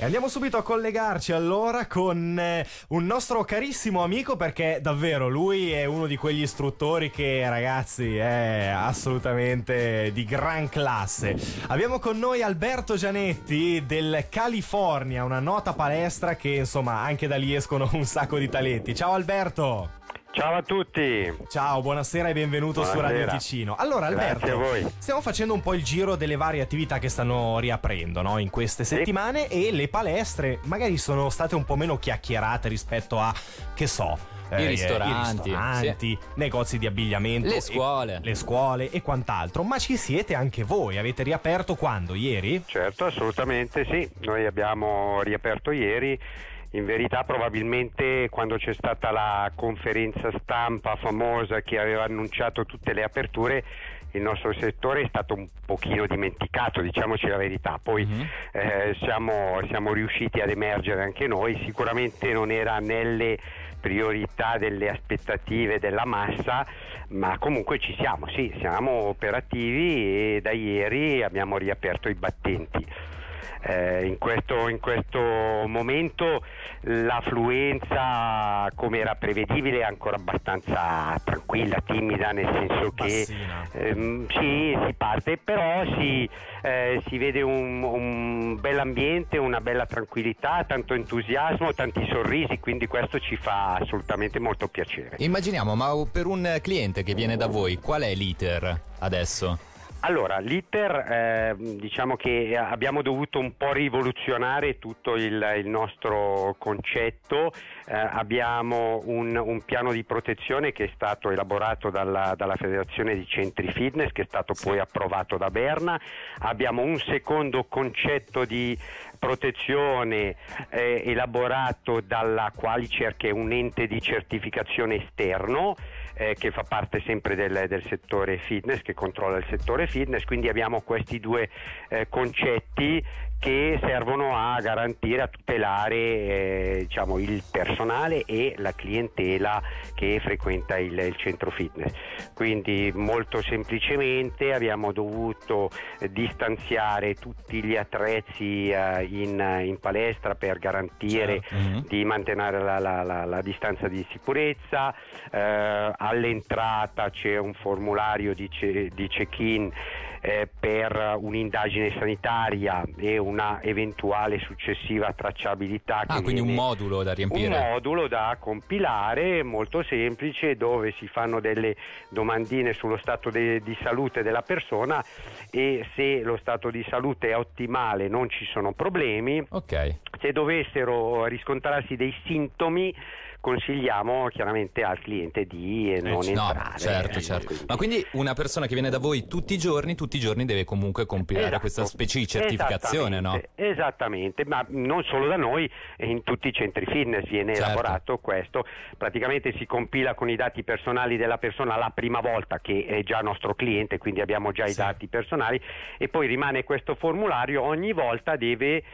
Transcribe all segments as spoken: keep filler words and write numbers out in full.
E andiamo subito a collegarci allora con eh, un nostro carissimo amico, perché davvero lui è uno di quegli istruttori che, ragazzi, è assolutamente di gran classe. Abbiamo con noi Alberto Gianetti del California, una nota palestra che insomma anche da lì escono un sacco di talenti. Ciao Alberto! Ciao a tutti. Ciao, buonasera e benvenuto buonasera. Su Radio Ticino. Allora Alberto, grazie a voi. Stiamo facendo un po' il giro delle varie attività che stanno riaprendo, no? In queste settimane, sì. E le palestre magari sono state un po' meno chiacchierate rispetto a, che so, I ristoranti, i ristoranti, sì. Negozi di abbigliamento, le scuole. E, le scuole e quant'altro. Ma ci siete anche voi? Avete riaperto quando? Ieri? Certo, assolutamente sì. Noi abbiamo riaperto ieri. In verità probabilmente quando c'è stata la conferenza stampa famosa che aveva annunciato tutte le aperture, il nostro settore è stato un pochino dimenticato, diciamoci la verità. Poi mm-hmm. eh, siamo, siamo riusciti ad emergere anche noi. Sicuramente non era nelle priorità delle aspettative della massa, ma comunque ci siamo, sì, siamo operativi e da ieri abbiamo riaperto i battenti. Eh, in questo, in questo momento l'affluenza, come era prevedibile, è ancora abbastanza tranquilla, timida, nel senso che ehm, sì, si parte, però si, eh, si vede un, un bell'ambiente, una bella tranquillità, tanto entusiasmo, tanti sorrisi, quindi questo ci fa assolutamente molto piacere. Immaginiamo, ma per un cliente che viene da voi, qual è l'iter adesso? Allora, l'iter, eh, diciamo che abbiamo dovuto un po' rivoluzionare tutto il, il nostro concetto. Eh, abbiamo un, un piano di protezione che è stato elaborato dalla, dalla Federazione di Centri Fitness, che è stato poi approvato da Berna. Abbiamo un secondo concetto di protezione eh, elaborato dalla Qualicer, che è un ente di certificazione esterno eh, che fa parte sempre del, del settore fitness, che controlla il settore fitness. Quindi abbiamo questi due eh, concetti che servono a garantire, a tutelare eh, diciamo il personale e la clientela che frequenta il, il centro fitness. Quindi molto semplicemente abbiamo dovuto eh, distanziare tutti gli attrezzi eh, in, in palestra per garantire certo. mm-hmm. di mantenere la, la, la, la distanza di sicurezza. Eh, all'entrata c'è un formulario di, ce, di check-in eh, per un'indagine sanitaria e una eventuale successiva tracciabilità. Ah, quindi un modulo da riempire. Un modulo da compilare molto semplice, dove si fanno delle domandine sullo stato de, di salute della persona, e se lo stato di salute è ottimale non ci sono problemi. Ok. Se dovessero riscontrarsi dei sintomi, consigliamo chiaramente al cliente di eh, non no, entrare. Certo, eh, certo. quindi... Ma quindi una persona che viene da voi tutti i giorni, tutti i giorni deve comunque compilare esatto. questa specie di certificazione, no? Esattamente, ma non solo da noi, in tutti i centri fitness viene certo. elaborato questo. Praticamente si compila con i dati personali della persona la prima volta che è già nostro cliente, quindi abbiamo già sì. i dati personali, e poi rimane questo formulario. Ogni volta deve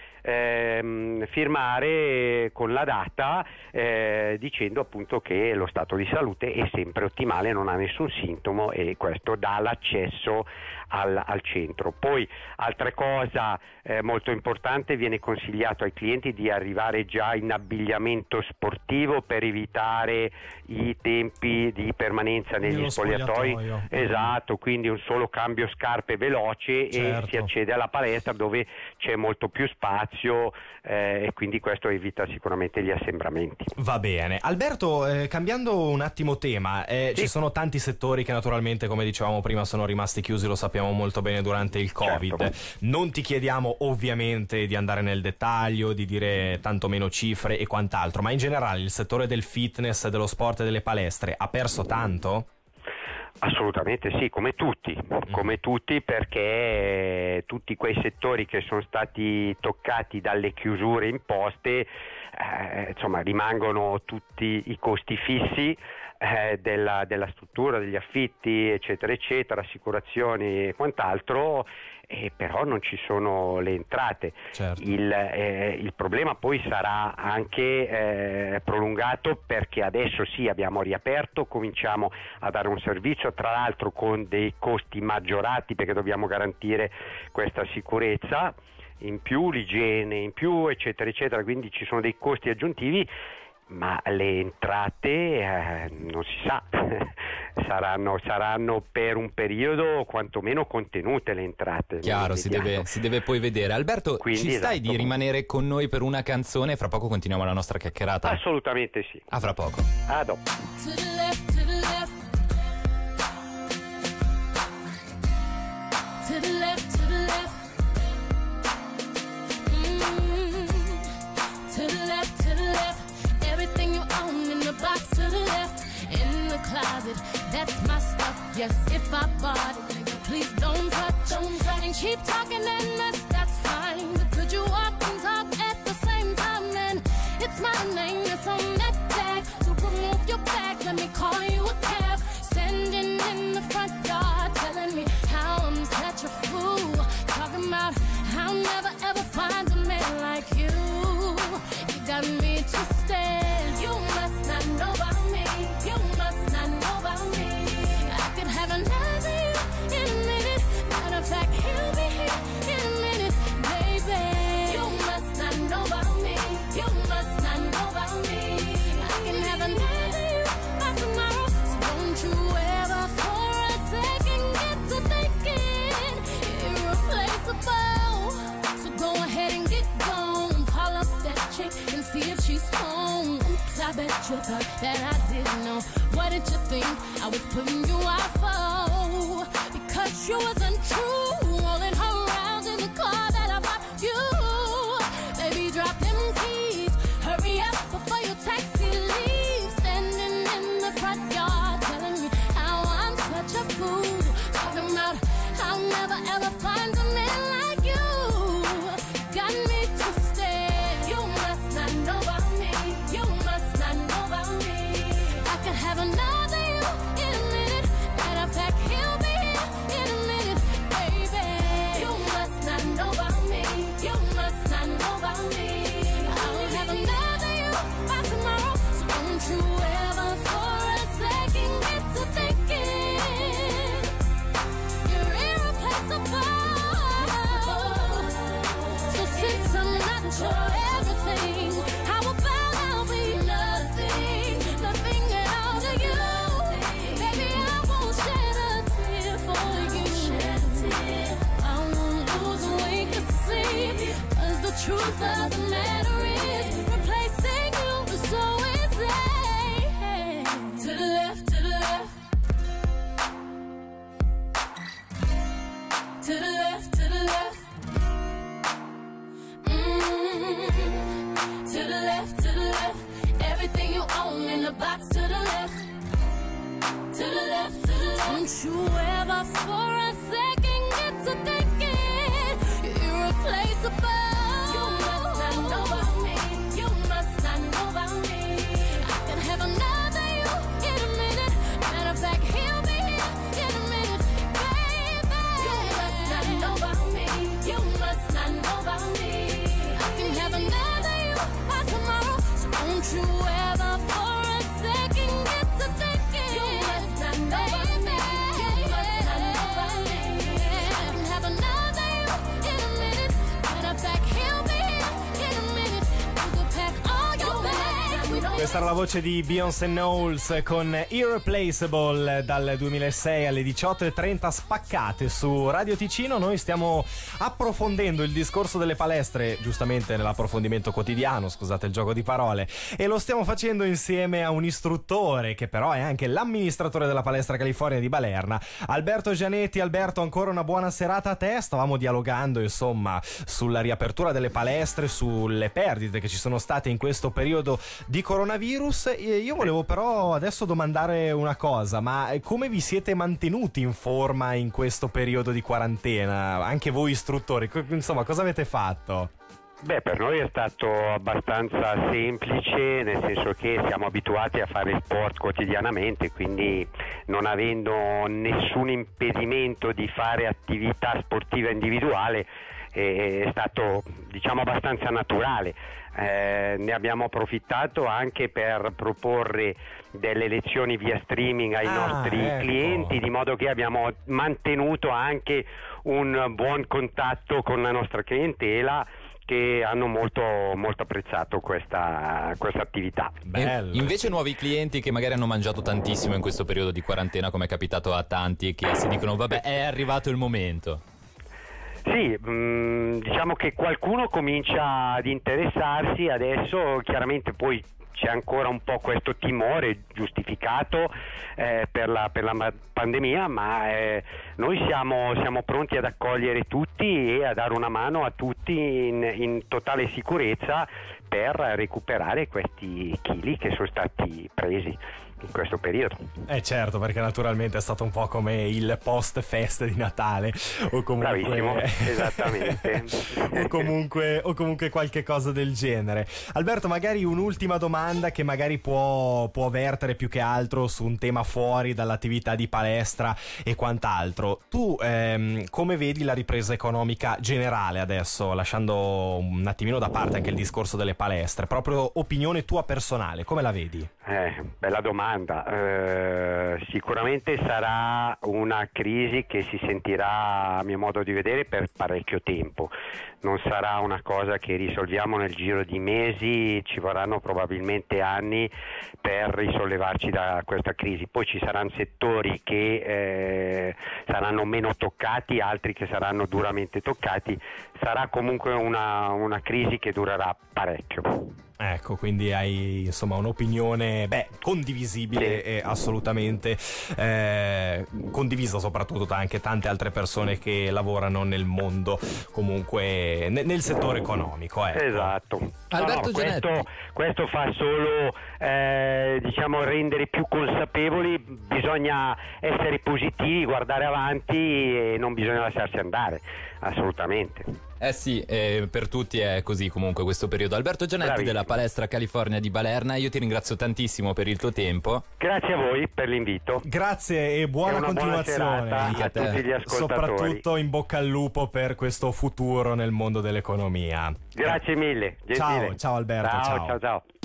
ehm, firmare con la data eh, dicendo appunto che lo stato di salute è sempre ottimale, non ha nessun sintomo, e questo dà l'accesso al, al centro. Poi altra cosa eh, molto importante, viene consigliato ai clienti di arrivare già in abbigliamento sportivo per evitare i tempi di permanenza negli Nello spogliatoi. spogliatoio. Esatto, quindi un solo cambio scarpe veloce certo. e si accede alla palestra dove c'è molto più spazio eh, e quindi questo evita sicuramente gli assembramenti. Va bene. Alberto, eh, cambiando un attimo tema, eh, sì. ci sono tanti settori che naturalmente, come dicevamo prima, sono rimasti chiusi, lo sappiamo molto bene, durante il Covid. Certo. Non ti chiediamo ovviamente di andare nel dettaglio, di dire tanto meno cifre e quant'altro, ma in generale il settore del fitness, dello sport e delle palestre ha perso tanto? Assolutamente sì, come tutti, come tutti, perché tutti quei settori che sono stati toccati dalle chiusure imposte, eh, insomma, rimangono tutti i costi fissi eh, della, della struttura, degli affitti, eccetera, eccetera, assicurazioni e quant'altro, e però non ci sono le entrate. Certo. Il, eh, il problema poi sarà anche eh, prolungato, perché adesso sì, abbiamo riaperto, cominciamo a dare un servizio, tra l'altro con dei costi maggiorati, perché dobbiamo garantire questa sicurezza. in più, l'igiene in più, eccetera eccetera, quindi ci sono dei costi aggiuntivi, ma le entrate eh, non si sa, saranno, saranno per un periodo quantomeno contenute le entrate. Chiaro, si deve, si deve poi vedere. Alberto, quindi, ci stai esatto. di rimanere con noi per una canzone? Fra poco continuiamo la nostra chiacchierata. Assolutamente sì. A fra poco. A dopo. Box to the left, in the closet, that's my stuff. Yes, if I bought it, please don't touch, don't touch. And keep talking and mess, that's fine. But could you walk and talk at the same time? Then it's my name that's on that tag. So remove your bags, let me call you a cab. Standing in the front yard, telling me how I'm such a fool. Talking about I'll never ever find a man like you. You got me twisted. You must not know about me. You must not know about me. I could have another you in a minute. Matter of fact, he'll be here in a minute, baby. You must not know about me. You must not know about me. I can have another you by tomorrow. So don't you ever for a second get to thinking irreplaceable. So go ahead and get gone. Call up that chick and see if she's home. I bet you thought that I didn't know. What did you think I was putting you out for? Because you wasn't true. Rolling her around in the car that I bought you. Baby, drop them keys. Hurry up before your taxi leaves. Standing in the front yard telling me how I'm such a fool. Talking about I'll never ever find a man like you. Got me twisted. You must not know about me. You must not know about me. I could have another you in a minute. Matter of fact, he'll be here in a minute, baby. You must not know about me. You must not know about me. I'll have another you by tomorrow. So don't you ever for a second get to thinking you're irreplaceable. So since I'm not your everything, how about I'll be nothing, nothing at all to you? Baby, I won't shed a tear for you. I won't lose a wink of sleep, 'cause the truth of the matter is replacing you is so easy. To the left, to the left. To the left, to the left. Mm-hmm. To the left, to the left. Everything you own in the box to the left. To the left, to the left. Don't you ever for a second get to thinking you're irreplaceable. You must not know about me. You must not know about me. I can have another you in a minute. Matter of fact, he'll be here in a minute, baby. You must not know about me. You must not know about me. I can have another you by tomorrow. So don't you ever for a second get to thinking you must not know about me. You must not know about me. I can have another you in a minute. Matter of fact, he'll be here in a minute. You can pack all your bags. We don't. Questa era la voce di Beyoncé Knowles con Irreplaceable dal duemilasei alle diciotto e trenta spaccate su Radio Ticino. Noi stiamo approfondendo il discorso delle palestre, giustamente nell'approfondimento quotidiano, scusate il gioco di parole, e lo stiamo facendo insieme a un istruttore che però è anche l'amministratore della palestra California di Balerna, Alberto Gianetti. Alberto, ancora una buona serata a te. Stavamo dialogando insomma sulla riapertura delle palestre, sulle perdite che ci sono state in questo periodo di coronavirus. Io volevo però adesso domandare una cosa: ma come vi siete mantenuti in forma in questo periodo di quarantena? Anche voi istruttori, insomma, cosa avete fatto? Beh, per noi è stato abbastanza semplice, nel senso che siamo abituati a fare sport quotidianamente, quindi non avendo nessun impedimento di fare attività sportiva individuale è stato, diciamo, abbastanza naturale. Eh, ne abbiamo approfittato anche per proporre delle lezioni via streaming ai ah, nostri ecco. clienti, di modo che abbiamo mantenuto anche un buon contatto con la nostra clientela, che hanno molto, molto apprezzato questa, questa attività. Bello. Invece nuovi clienti che magari hanno mangiato tantissimo in questo periodo di quarantena, come è capitato a tanti, che si dicono vabbè è arrivato il momento. Sì, mh, diciamo che qualcuno comincia ad interessarsi adesso, chiaramente poi c'è ancora un po' questo timore giustificato eh, per, la, per la pandemia, ma eh, noi siamo, siamo pronti ad accogliere tutti e a dare una mano a tutti in, in totale sicurezza per recuperare questi chili che sono stati presi in questo periodo. Eh certo, perché naturalmente è stato un po' come il post feste di Natale o comunque bravissimo, esattamente o comunque o comunque qualche cosa del genere. Alberto, magari un'ultima domanda che magari può, può vertere più che altro su un tema fuori dall'attività di palestra e quant'altro. Tu ehm, come vedi la ripresa economica generale adesso, lasciando un attimino da parte anche il discorso delle palestre, proprio opinione tua personale, come la vedi? Eh, bella domanda. Eh, sicuramente sarà una crisi che si sentirà, a mio modo di vedere, per parecchio tempo. Non sarà una cosa che risolviamo nel giro di mesi, ci vorranno probabilmente anni per risollevarci da questa crisi. Poi ci saranno settori che eh, saranno meno toccati, altri che saranno duramente toccati. Sarà comunque una, una crisi che durerà parecchio. Ecco, quindi hai insomma un'opinione beh, condivisibile e assolutamente eh, condivisa soprattutto da anche tante altre persone che lavorano nel mondo, comunque ne, nel settore economico. Ecco. Esatto. Alberto no, no, questo, questo fa solo eh, diciamo rendere più consapevoli, bisogna essere positivi, guardare avanti e non bisogna lasciarsi andare, assolutamente. Eh sì, eh, per tutti è così comunque questo periodo. Alberto Gianetti Bravissimo. della Palestra California di Balerna, io ti ringrazio tantissimo per il tuo tempo. Grazie a voi per l'invito. Grazie e buona e continuazione buona a, a tutti gli ascoltatori. Soprattutto in bocca al lupo per questo futuro nel mondo dell'economia. Grazie mille, gentile. Ciao, ciao Alberto. Ciao, ciao. ciao, ciao.